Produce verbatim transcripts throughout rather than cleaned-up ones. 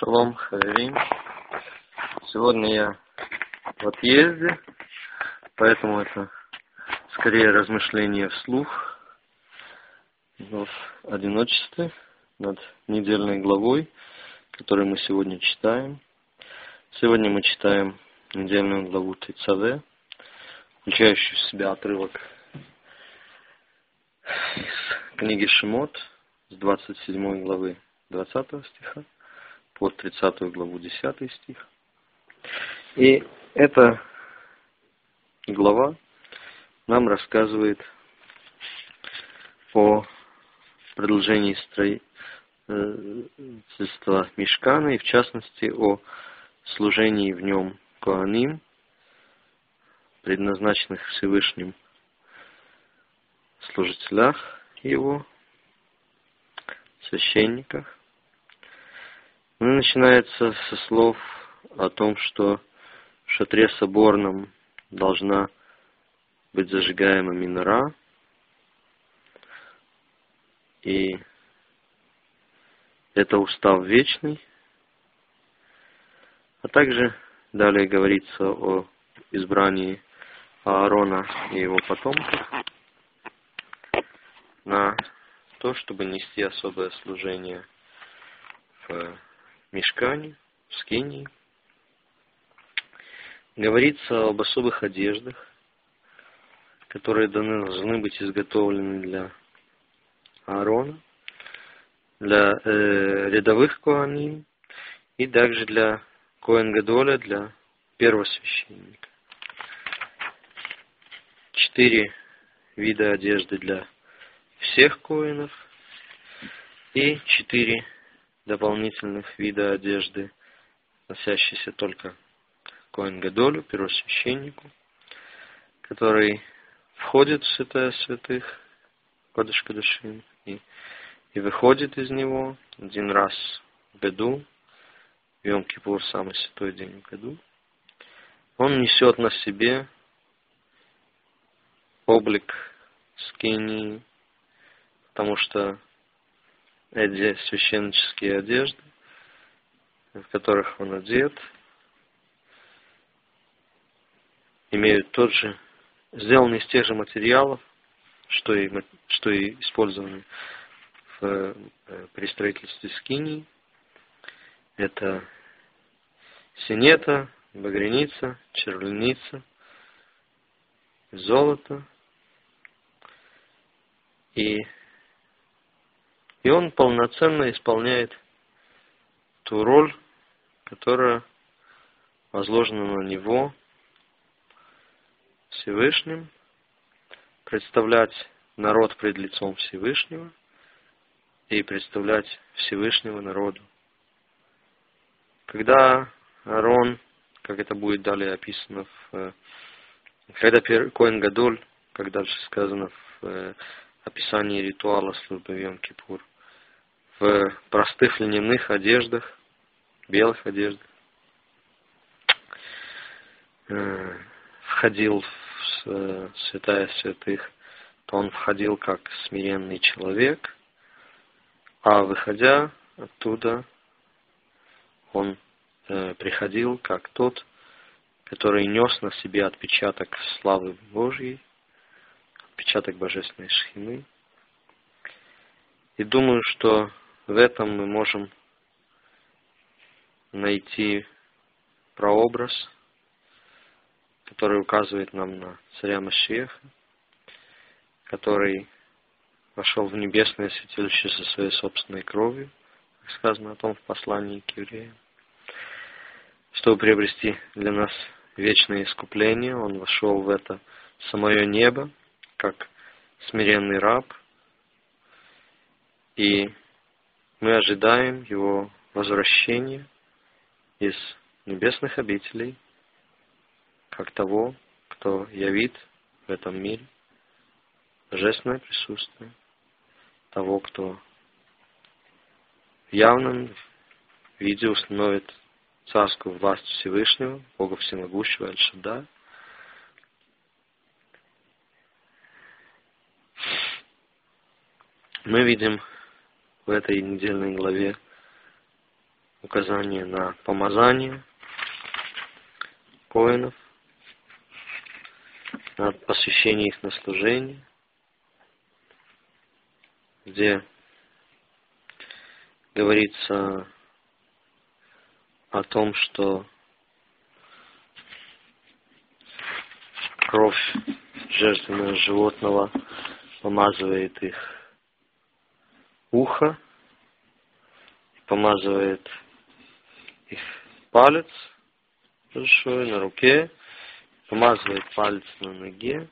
Шалом, хаверим. Сегодня я в отъезде, поэтому это скорее размышление вслух в одиночестве над недельной главой, которую мы сегодня читаем. Сегодня мы читаем недельную главу Тейцаве, включающую в себя отрывок из книги Шемот с двадцать седьмой главы двадцатого стиха по тридцатую главу десятый стих. И эта глава нам рассказывает о продолжении строительства Мишкана и в частности о служении в нем коаним, предназначенных Всевышним служителях его, священниках. Ну, начинается со слов о том, что в шатре соборном должна быть зажигаема минора, и это устав вечный. А также далее говорится о избрании Аарона и его потомков на то, чтобы нести особое служение в Мишкане, в Скинии. Говорится об особых одеждах, которые должны быть изготовлены для Аарона, для э, рядовых коаним и также для коэн гадоля, для первосвященника. Четыре вида одежды для всех коэнов и четыре дополнительных вида одежды, относящиеся только к коэн гадолю, первосвященнику, который входит в святая святых, кодеш кодешим, и, и выходит из него один раз в году, в Йом-Кипур, самый святой день в году. Он несет на себе облик скинии, потому что эти священнические одежды, в которых он одет, имеют тот же, сделаны из тех же материалов, что и, что и использованы в, при строительстве скинии. Это синета, багряница, червленица, золото. И И он полноценно исполняет ту роль, которая возложена на него Всевышним, представлять народ пред лицом Всевышнего и представлять Всевышнего народу. Когда Аарон, как это будет далее описано, в, когда коэн гадоль, как дальше сказано в описании ритуала службы в Йом-Кипур, в простых льняных одеждах, белых одеждах, э, входил в святая святых, то он входил как смиренный человек, а выходя оттуда, он э, приходил как тот, который нес на себе отпечаток славы Божьей, отпечаток божественной шхины. И думаю, что в этом мы можем найти прообраз, который указывает нам на царя Машиаха, который вошел в небесное святилище со своей собственной кровью, как сказано о том в послании к евреям. Чтобы приобрести для нас вечное искупление, он вошел в это самое небо, как смиренный раб, и мы ожидаем его возвращения из небесных обителей, как того, кто явит в этом мире божественное присутствие, того, кто в явном виде установит царскую власть Всевышнего, Бога Всемогущего, Аль-Шадда. Мы видим в этой недельной главе указание на помазание коэнов, на посвящение их на служение, где говорится о том, что кровь жертвенного животного помазывает их ухо, помазывает их палец большой на руке, помазывает палец на ноге.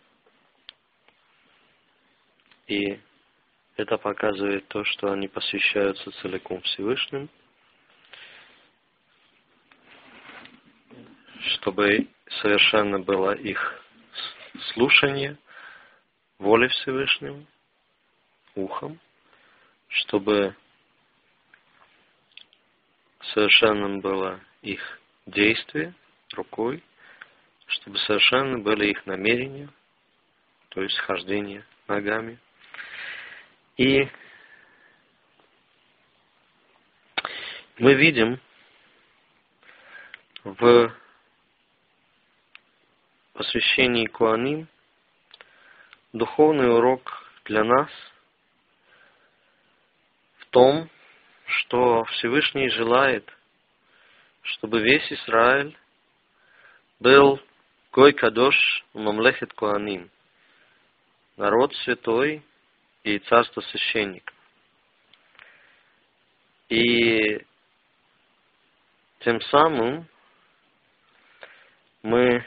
И это показывает то, что они посвящаются целиком Всевышнему, чтобы совершенно было их слушание воле Всевышнему, ухом, чтобы совершенным было их действие рукой, чтобы совершенно были их намерения, то есть хождение ногами. И мы видим в посвящении Коаним духовный урок для нас в том, что Всевышний желает, чтобы весь Израиль был Гой Кадош Мамлехет Коаним, народ святой и царство священников. И тем самым мы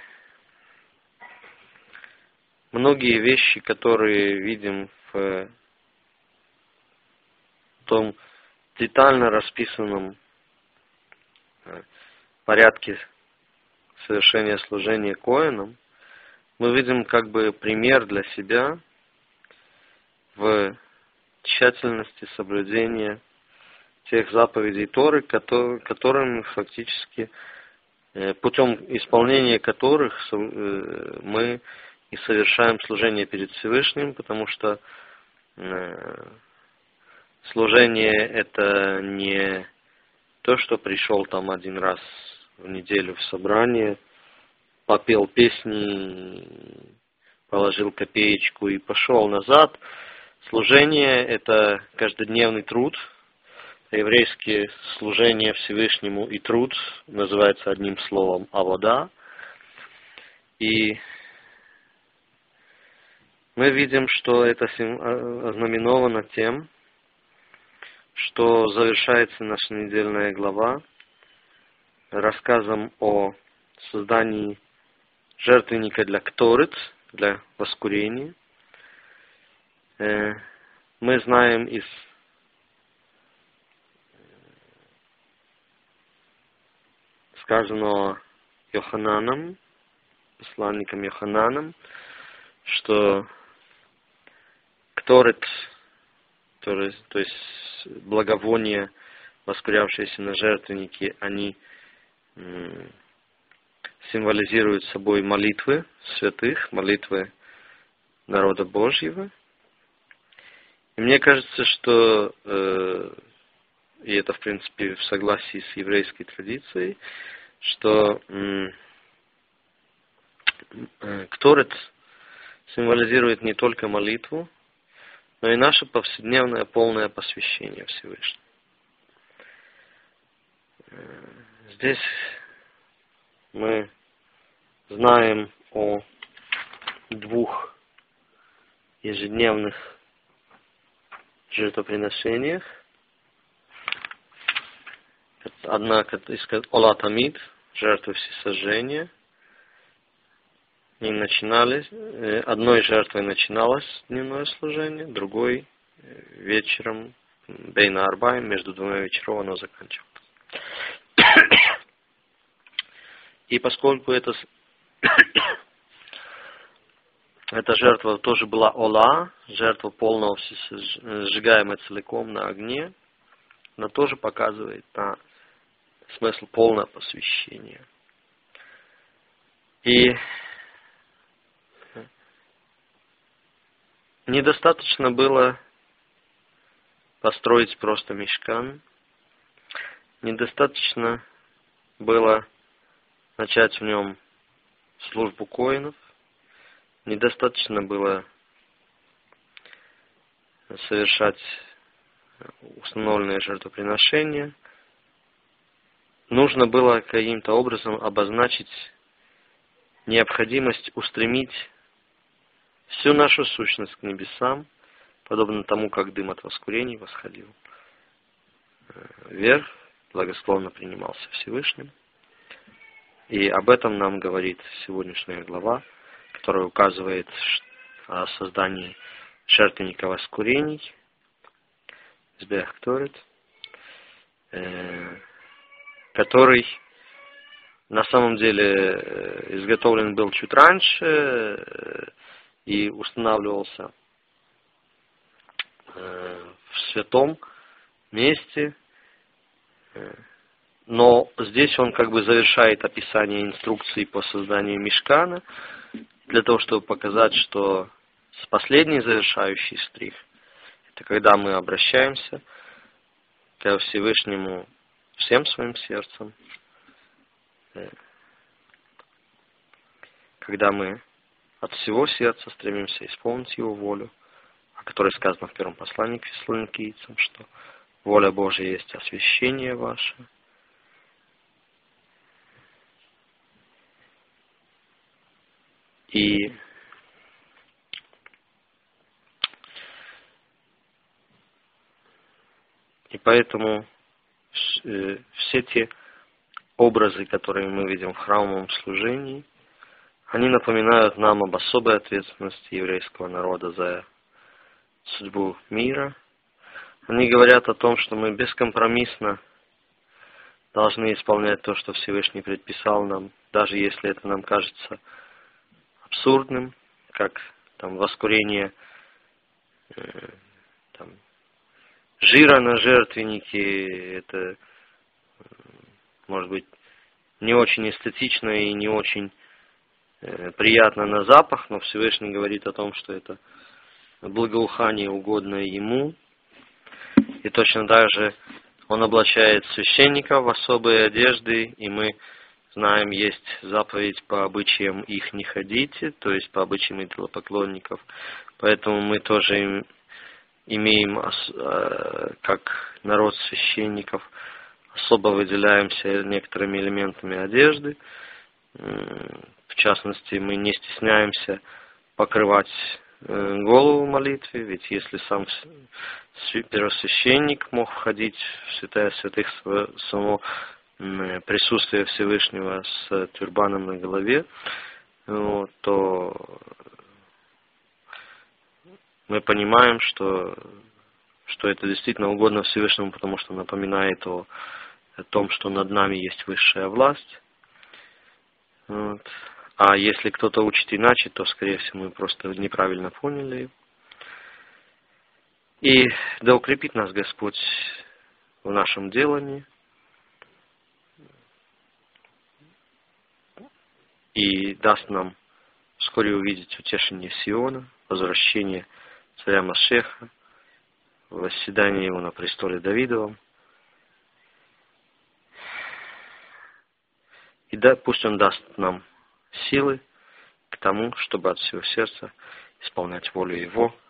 многие вещи, которые видим в том детально расписанном порядке совершения служения коэнам, мы видим как бы пример для себя в тщательности соблюдения тех заповедей Торы, которыми фактически, путем исполнения которых мы и совершаем служение перед Всевышним, потому что служение это не то, что пришел там один раз в неделю в собрание, попел песни, положил копеечку и пошел назад. Служение это каждодневный труд. Еврейские служение Всевышнему и труд называется одним словом авода. И мы видим, что это ознаменовано тем, что завершается наша недельная глава рассказом о создании жертвенника для кторет, для воскурения. Мы знаем из сказанного Йохананом, посланником Йохананом, что кторет, то есть, то есть благовония, воскурявшиеся на жертвеннике, они м, символизируют собой молитвы святых, молитвы народа Божьего. И мне кажется, что, э, и это в принципе в согласии с еврейской традицией, что м, э, кторет символизирует не только молитву, но и наше повседневное полное посвящение Всевышнему. Здесь мы знаем о двух ежедневных жертвоприношениях. Одна из Олат Амид, жертвы всесожжения. И начинались, одной жертвой начиналось дневное служение, другой вечером, бейна арбаим, между двумя вечеров оно заканчивалось. И поскольку это, эта жертва тоже была ола, жертва полного сжигаемая целиком на огне, она тоже показывает на смысл полного посвящения. И недостаточно было построить просто мишкан. недостаточно было начать в нем службу коинов, недостаточно было совершать установленные жертвоприношения. Нужно было каким-то образом обозначить необходимость устремить всю нашу сущность к небесам, подобно тому, как дым от воскурений восходил вверх, благосклонно принимался Всевышним. И об этом нам говорит сегодняшняя глава, которая указывает о создании жертвенника воскурений, который на самом деле изготовлен был чуть раньше и устанавливался в святом месте, но здесь он как бы завершает описание инструкции по созданию мишкана, для того, чтобы показать, что последний завершающий штрих — это когда мы обращаемся ко Всевышнему всем своим сердцем, когда мы от всего сердца стремимся исполнить Его волю, о которой сказано в первом послании к фессалоникийцам, что воля Божья есть освящение ваше. И И поэтому все те образы, которые мы видим в храмовом служении, они напоминают нам об особой ответственности еврейского народа за судьбу мира. Они говорят о том, что мы бескомпромиссно должны исполнять то, что Всевышний предписал нам, даже если это нам кажется абсурдным, как там воскурение э, там, жира на жертвеннике. Это может быть не очень эстетично и не очень э, приятно на запах, но Всевышний говорит о том, что это благоухание, угодное Ему. И точно так же Он облачает священников в особые одежды, и мы знаем, есть заповедь по обычаям их не ходите, то есть по обычаям идолопоклонников. Поэтому мы тоже им имеем, как народ священников, особо выделяемся некоторыми элементами одежды. В частности, мы не стесняемся покрывать голову в молитве, ведь если сам первосвященник мог входить в святая святых само присутствие Всевышнего с тюрбаном на голове, вот, то мы понимаем, что, что это действительно угодно Всевышнему, потому что напоминает о, о том, что над нами есть высшая власть. Вот. А если кто-то учит иначе, то, скорее всего, мы просто неправильно поняли. И да укрепит нас Господь в нашем делании. И даст нам вскоре увидеть утешение Сиона, возвращение царя Машеха, восседание его на престоле Давидовом. И да, пусть он даст нам силы к тому, чтобы от всего сердца исполнять волю Его,